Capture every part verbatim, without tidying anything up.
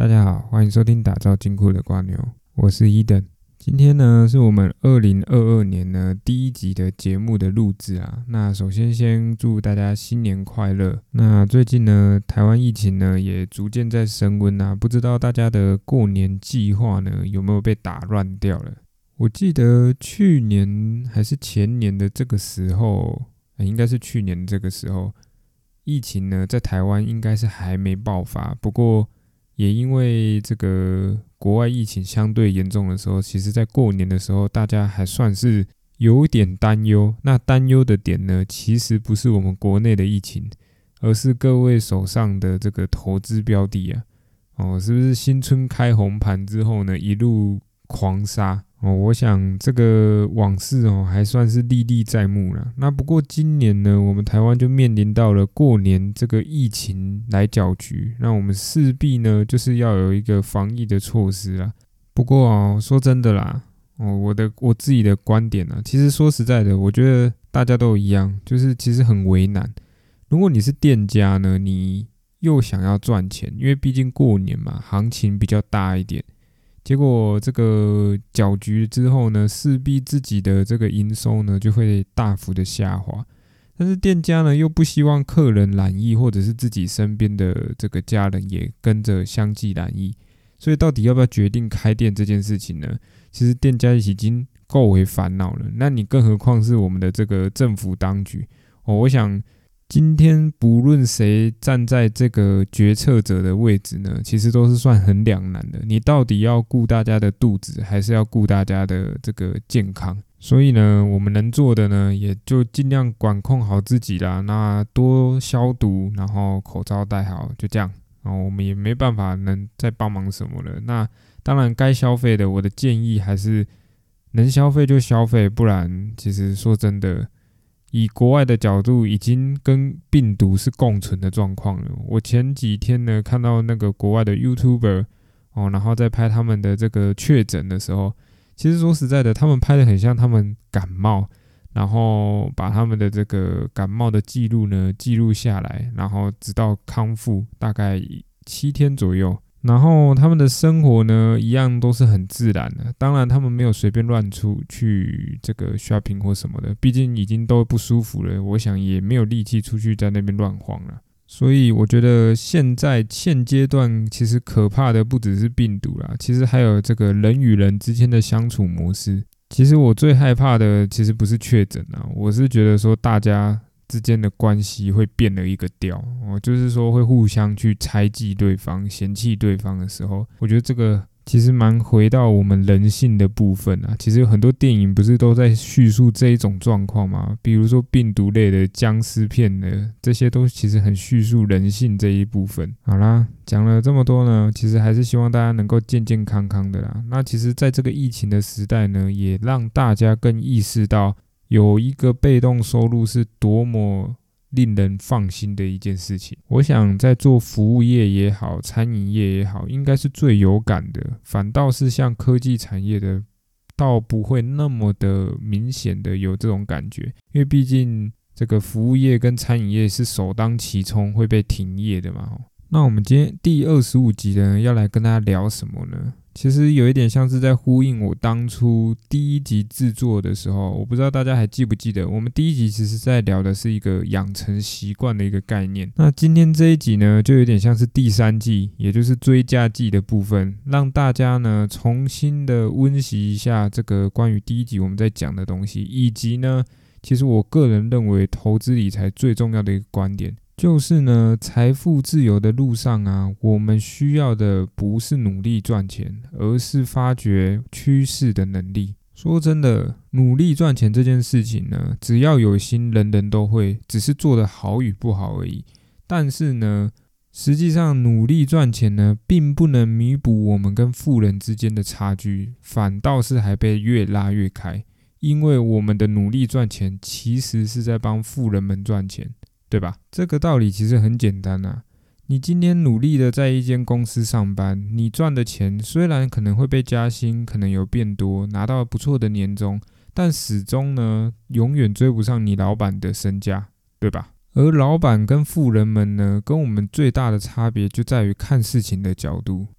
大家好，欢迎收听打造金库的瓜牛，我是伊登。今天呢是我们二零二二年呢第一集的节目的录制啊。那首先先祝大家新年快乐。那最近呢台湾疫情呢也逐渐在升温啊，不知道大家的过年计划呢有没有被打乱掉了？我记得去年还是前年的这个时候，欸、应该是去年这个时候，疫情呢在台湾应该是还没爆发，不过也因为这个国外疫情相对严重的时候，其实在过年的时候大家还算是有点担忧。那担忧的点呢，其实不是我们国内的疫情，而是各位手上的这个投资标的啊，哦，是不是新春开红盘之后呢一路狂杀？哦，我想这个往事哦还算是历历在目啦。那不过今年呢，我们台湾就面临到了过年这个疫情来搅局，那我们势必呢就是要有一个防疫的措施啦。不过哦，说真的啦，哦，我的我自己的观点啊，其实说实在的，我觉得大家都一样，就是其实很为难。如果你是店家呢，你又想要赚钱，因为毕竟过年嘛，行情比较大一点。结果这个搅局之后呢，势必自己的这个营收呢就会大幅的下滑。但是店家呢又不希望客人染疫，或者是自己身边的这个家人也跟着相继染疫，所以到底要不要决定开店这件事情呢？其实店家已经够为烦恼了，那你更何况是我们的这个政府当局哦。我想今天不论谁站在这个决策者的位置呢，其实都是算很两难的。你到底要顾大家的肚子，还是要顾大家的这个健康？所以呢，我们能做的呢，也就尽量管控好自己啦。那多消毒，然后口罩戴好，就这样。然后我们也没办法能再帮忙什么了。那当然该消费的，我的建议还是能消费就消费，不然其实说真的，以国外的角度，已经跟病毒是共存的状况了。我前几天呢看到那个国外的 YouTuber 哦，然后在拍他们的这个确诊的时候，其实说实在的，他们拍的很像他们感冒，然后把他们的这个感冒的记录呢记录下来，然后直到康复大概七天左右。然后他们的生活呢，一样都是很自然的。当然，他们没有随便乱出去这个 shopping 或什么的，毕竟已经都不舒服了。我想也没有力气出去在那边乱晃了。所以我觉得现在现阶段其实可怕的不只是病毒啦，其实还有这个人与人之间的相处模式。其实我最害怕的其实不是确诊啊，我是觉得说大家之间的关系会变了一个调，哦，就是说会互相去猜忌对方、嫌弃对方的时候，我觉得这个其实蛮回到我们人性的部分啊。其实有很多电影不是都在叙述这一种状况吗？比如说病毒类的、僵尸片的，这些都其实很叙述人性这一部分。好啦，讲了这么多呢，其实还是希望大家能够健健康康的啦。那其实在这个疫情的时代呢，也让大家更意识到有一个被动收入是多么令人放心的一件事情。我想在做服务业也好，餐饮业也好，应该是最有感的。反倒是像科技产业的，倒不会那么的明显的有这种感觉，因为毕竟这个服务业跟餐饮业是首当其冲会被停业的嘛。那我们今天第二十五集呢，要来跟大家聊什么呢？其实有一点像是在呼应我当初第一集制作的时候，我不知道大家还记不记得，我们第一集其实在聊的是一个养成习惯的一个概念。那今天这一集呢，就有点像是第三季，也就是追加季的部分，让大家呢重新的温习一下这个关于第一集我们在讲的东西，以及呢，其实我个人认为投资理财最重要的一个观点，就是呢，财富自由的路上啊，我们需要的不是努力赚钱，而是发掘趋势的能力。说真的，努力赚钱这件事情呢，只要有心，人人都会，只是做得好与不好而已。但是呢，实际上努力赚钱呢，并不能弥补我们跟富人之间的差距，反倒是还被越拉越开。因为我们的努力赚钱，其实是在帮富人们赚钱。对吧？这个道理其实很简单啊。你今天努力的在一间公司上班，你赚的钱虽然可能会被加薪，可能有变多，拿到不错的年终，但始终呢，永远追不上你老板的身价，对吧？而老板跟富人们呢，跟我们最大的差别就在于看事情的角度。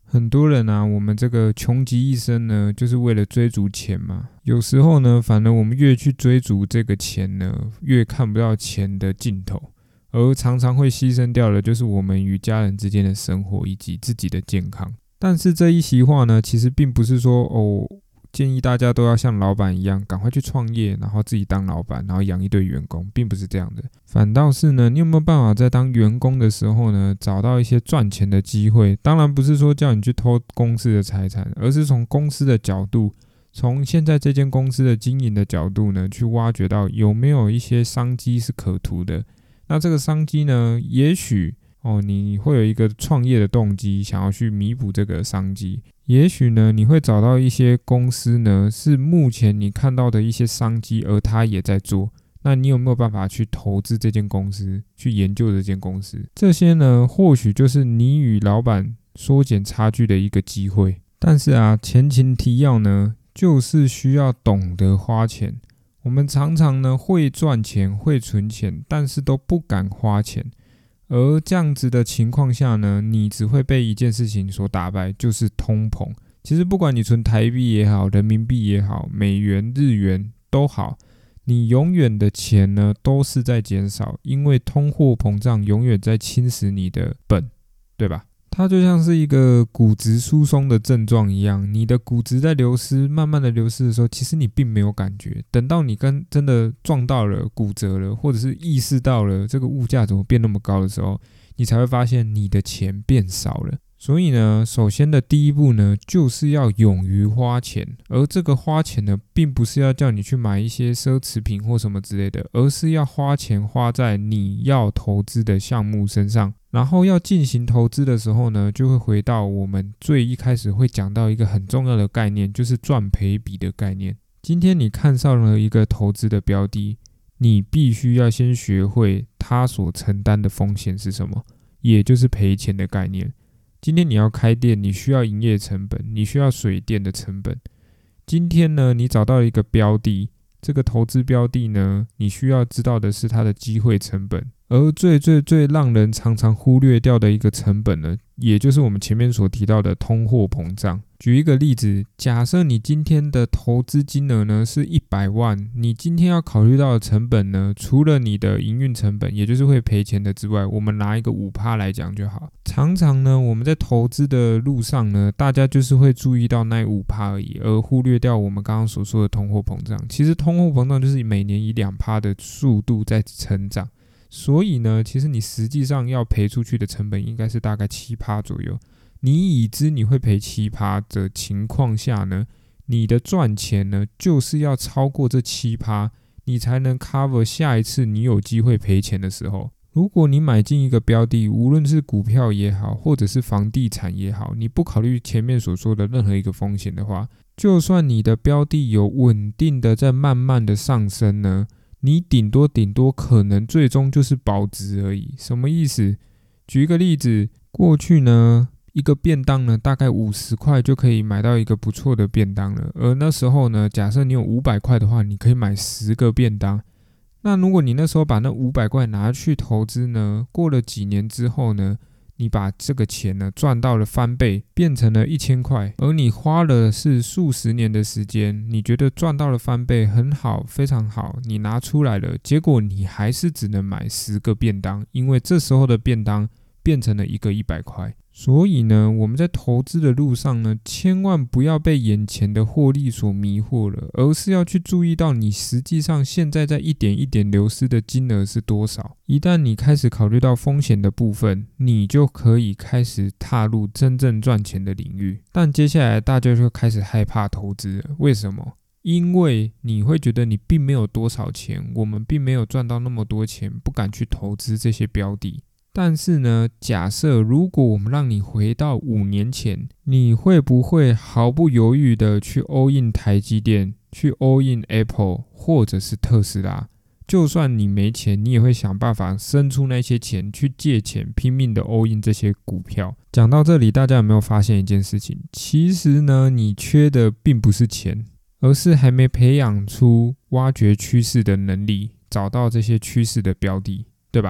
很多人啊，我们这个穷极一生呢，就是为了追逐钱嘛。有时候呢，反而我们越去追逐这个钱呢，越看不到钱的尽头，而常常会牺牲掉的就是我们与家人之间的生活以及自己的健康。但是这一席话呢，其实并不是说哦，建议大家都要像老板一样，赶快去创业，然后自己当老板，然后养一堆员工，并不是这样的。反倒是呢，你有没有办法在当员工的时候呢，找到一些赚钱的机会？当然不是说叫你去偷公司的财产，而是从公司的角度，从现在这间公司的经营的角度呢，去挖掘到有没有一些商机是可图的。那这个商机呢，也许哦，你会有一个创业的动机，想要去弥补这个商机。也许呢，你会找到一些公司呢，是目前你看到的一些商机，而他也在做。那你有没有办法去投资这间公司，去研究这间公司？这些呢，或许就是你与老板缩减差距的一个机会。但是啊，前情提要呢，就是需要懂得花钱。我们常常呢会赚钱，会存钱，但是都不敢花钱。而这样子的情况下呢，你只会被一件事情所打败，就是通膨。其实不管你存台币也好，人民币也好，美元、日元都好，你永远的钱呢都是在减少，因为通货膨胀永远在侵蚀你的本，对吧？它就像是一个骨质疏松的症状一样，你的骨质在流失，慢慢的流失的时候，其实你并没有感觉。等到你跟真的撞到了、骨折了，或者是意识到了这个物价怎么变那么高的时候，你才会发现你的钱变少了。所以呢，首先的第一步呢，就是要勇于花钱。而这个花钱呢，并不是要叫你去买一些奢侈品或什么之类的，而是要花钱花在你要投资的项目身上。然后要进行投资的时候呢，就会回到我们最一开始会讲到一个很重要的概念，就是赚赔比的概念。今天你看上了一个投资的标的，你必须要先学会它所承担的风险是什么，也就是赔钱的概念。今天你要开店，你需要营业成本，你需要水电的成本。今天呢，你找到一个标的，这个投资标的呢，你需要知道的是它的机会成本。而最最最让人常常忽略掉的一个成本呢，也就是我们前面所提到的通货膨胀。举一个例子，假设你今天的投资金额呢是一百万，你今天要考虑到的成本呢，除了你的营运成本，也就是会赔钱的之外，我们拿一个 百分之五 来讲就好。常常呢，我们在投资的路上呢，大家就是会注意到那 百分之五 而已，而忽略掉我们刚刚所说的通货膨胀。其实通货膨胀就是每年以 百分之二 的速度在成长。所以呢，其实你实际上要赔出去的成本应该是大概 百分之七 左右。你已知你会赔 百分之七 的情况下呢，你的赚钱呢就是要超过这 百分之七， 你才能 cover 下一次你有机会赔钱的时候。如果你买进一个标的，无论是股票也好，或者是房地产也好，你不考虑前面所说的任何一个风险的话，就算你的标的有稳定的在慢慢的上升呢，你顶多顶多可能最终就是保值而已。什么意思？举一个例子，过去呢，一个便当呢，大概五十块就可以买到一个不错的便当了。而那时候呢，假设你有五百块的话，你可以买十个便当。那如果你那时候把那五百块拿去投资呢，过了几年之后呢，你把这个钱呢赚到了翻倍，变成了一千块，而你花了是数十年的时间，你觉得赚到了翻倍，很好，非常好，你拿出来了，结果你还是只能买十个便当，因为这时候的便当变成了一个一百块。所以呢，我们在投资的路上呢，千万不要被眼前的获利所迷惑了，而是要去注意到你实际上现在在一点一点流失的金额是多少。一旦你开始考虑到风险的部分，你就可以开始踏入真正赚钱的领域。但接下来大家就开始害怕投资了，为什么？因为你会觉得你并没有多少钱，我们并没有赚到那么多钱，不敢去投资这些标的。但是呢，假设如果我们让你回到五年前，你会不会毫不犹豫的去 all in 台积电，去 all in Apple 或者是特斯拉？就算你没钱，你也会想办法生出那些钱，去借钱拼命的 all in 这些股票。讲到这里，大家有没有发现一件事情？其实呢，你缺的并不是钱，而是还没培养出挖掘趋势的能力，找到这些趋势的标的，对吧？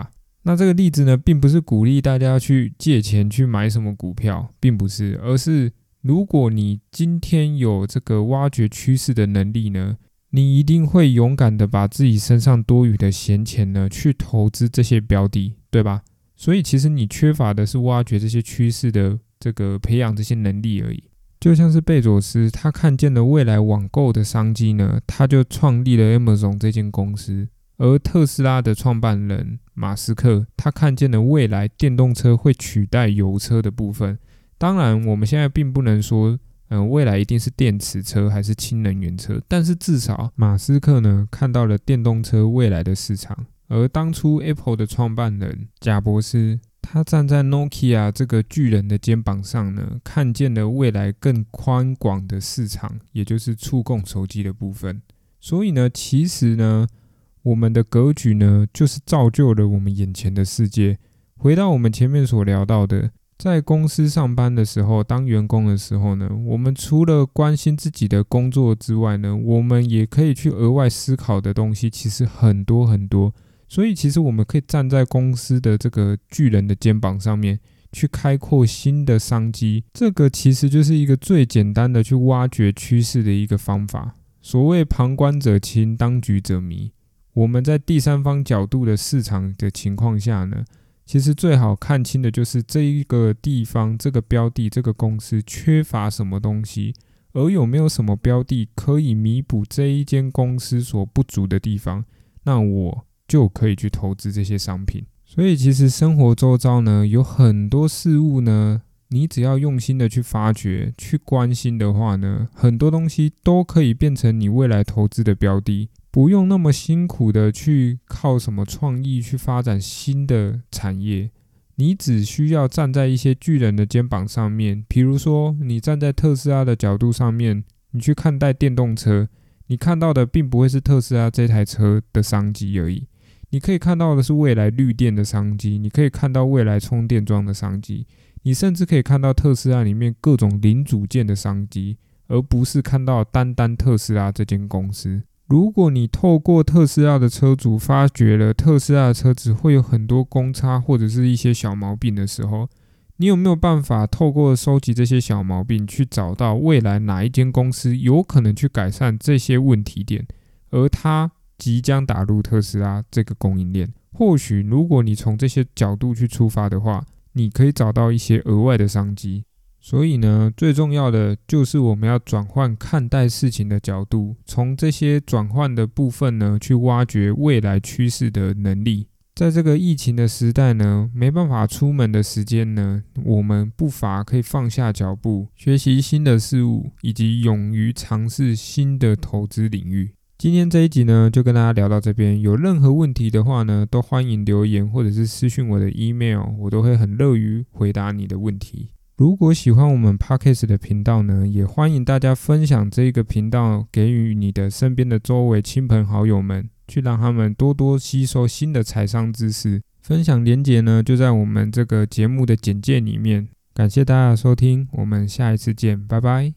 那这个例子呢，并不是鼓励大家去借钱去买什么股票，并不是，而是如果你今天有这个挖掘趋势的能力呢，你一定会勇敢的把自己身上多余的闲钱呢，去投资这些标的，对吧？所以其实你缺乏的是挖掘这些趋势的这个培养这些能力而已。就像是贝佐斯，他看见了未来网购的商机呢，他就创立了 Amazon 这间公司。而特斯拉的创办人马斯克，他看见了未来电动车会取代油车的部分。当然，我们现在并不能说，嗯、呃，未来一定是电池车还是氢能源车，但是至少马斯克呢看到了电动车未来的市场。而当初 Apple 的创办人贾伯斯，他站在 Nokia 这个巨人的肩膀上呢，看见了未来更宽广的市场，也就是触控手机的部分。所以呢，其实呢，我们的格局呢，就是造就了我们眼前的世界。回到我们前面所聊到的，在公司上班的时候，当员工的时候呢，我们除了关心自己的工作之外呢，我们也可以去额外思考的东西其实很多很多。所以其实我们可以站在公司的这个巨人的肩膀上面，去开阔新的商机。这个其实就是一个最简单的去挖掘趋势的一个方法。所谓旁观者清，当局者迷。我们在第三方角度的市场的情况下呢，其实最好看清的就是这一个地方、这个标的、这个公司缺乏什么东西，而有没有什么标的可以弥补这一间公司所不足的地方，那我就可以去投资这些商品。所以其实生活周遭呢，有很多事物呢，你只要用心的去发掘、去关心的话呢，很多东西都可以变成你未来投资的标的。不用那么辛苦的去靠什么创意去发展新的产业，你只需要站在一些巨人的肩膀上面，比如说你站在特斯拉的角度上面，你去看待电动车，你看到的并不会是特斯拉这台车的商机而已，你可以看到的是未来绿电的商机，你可以看到未来充电桩的商机，你甚至可以看到特斯拉里面各种零组件的商机，而不是看到单单特斯拉这间公司。如果你透过特斯拉的车主发觉了特斯拉的车子会有很多公差或者是一些小毛病的时候，你有没有办法透过收集这些小毛病去找到未来哪一间公司有可能去改善这些问题点，而它即将打入特斯拉这个供应链？或许如果你从这些角度去出发的话，你可以找到一些额外的商机。所以呢，最重要的就是我们要转换看待事情的角度，从这些转换的部分呢，去挖掘未来趋势的能力。在这个疫情的时代呢，没办法出门的时间呢，我们不乏可以放下脚步，学习新的事物，以及勇于尝试新的投资领域。今天这一集呢，就跟大家聊到这边。有任何问题的话呢，都欢迎留言或者是私讯我的 email， 我都会很乐于回答你的问题。如果喜欢我们 Podcast 的频道呢，也欢迎大家分享这个频道给予你的身边的周围亲朋好友们，去让他们多多吸收新的财商知识。分享连结呢，就在我们这个节目的简介里面。感谢大家的收听，我们下一次见，拜拜。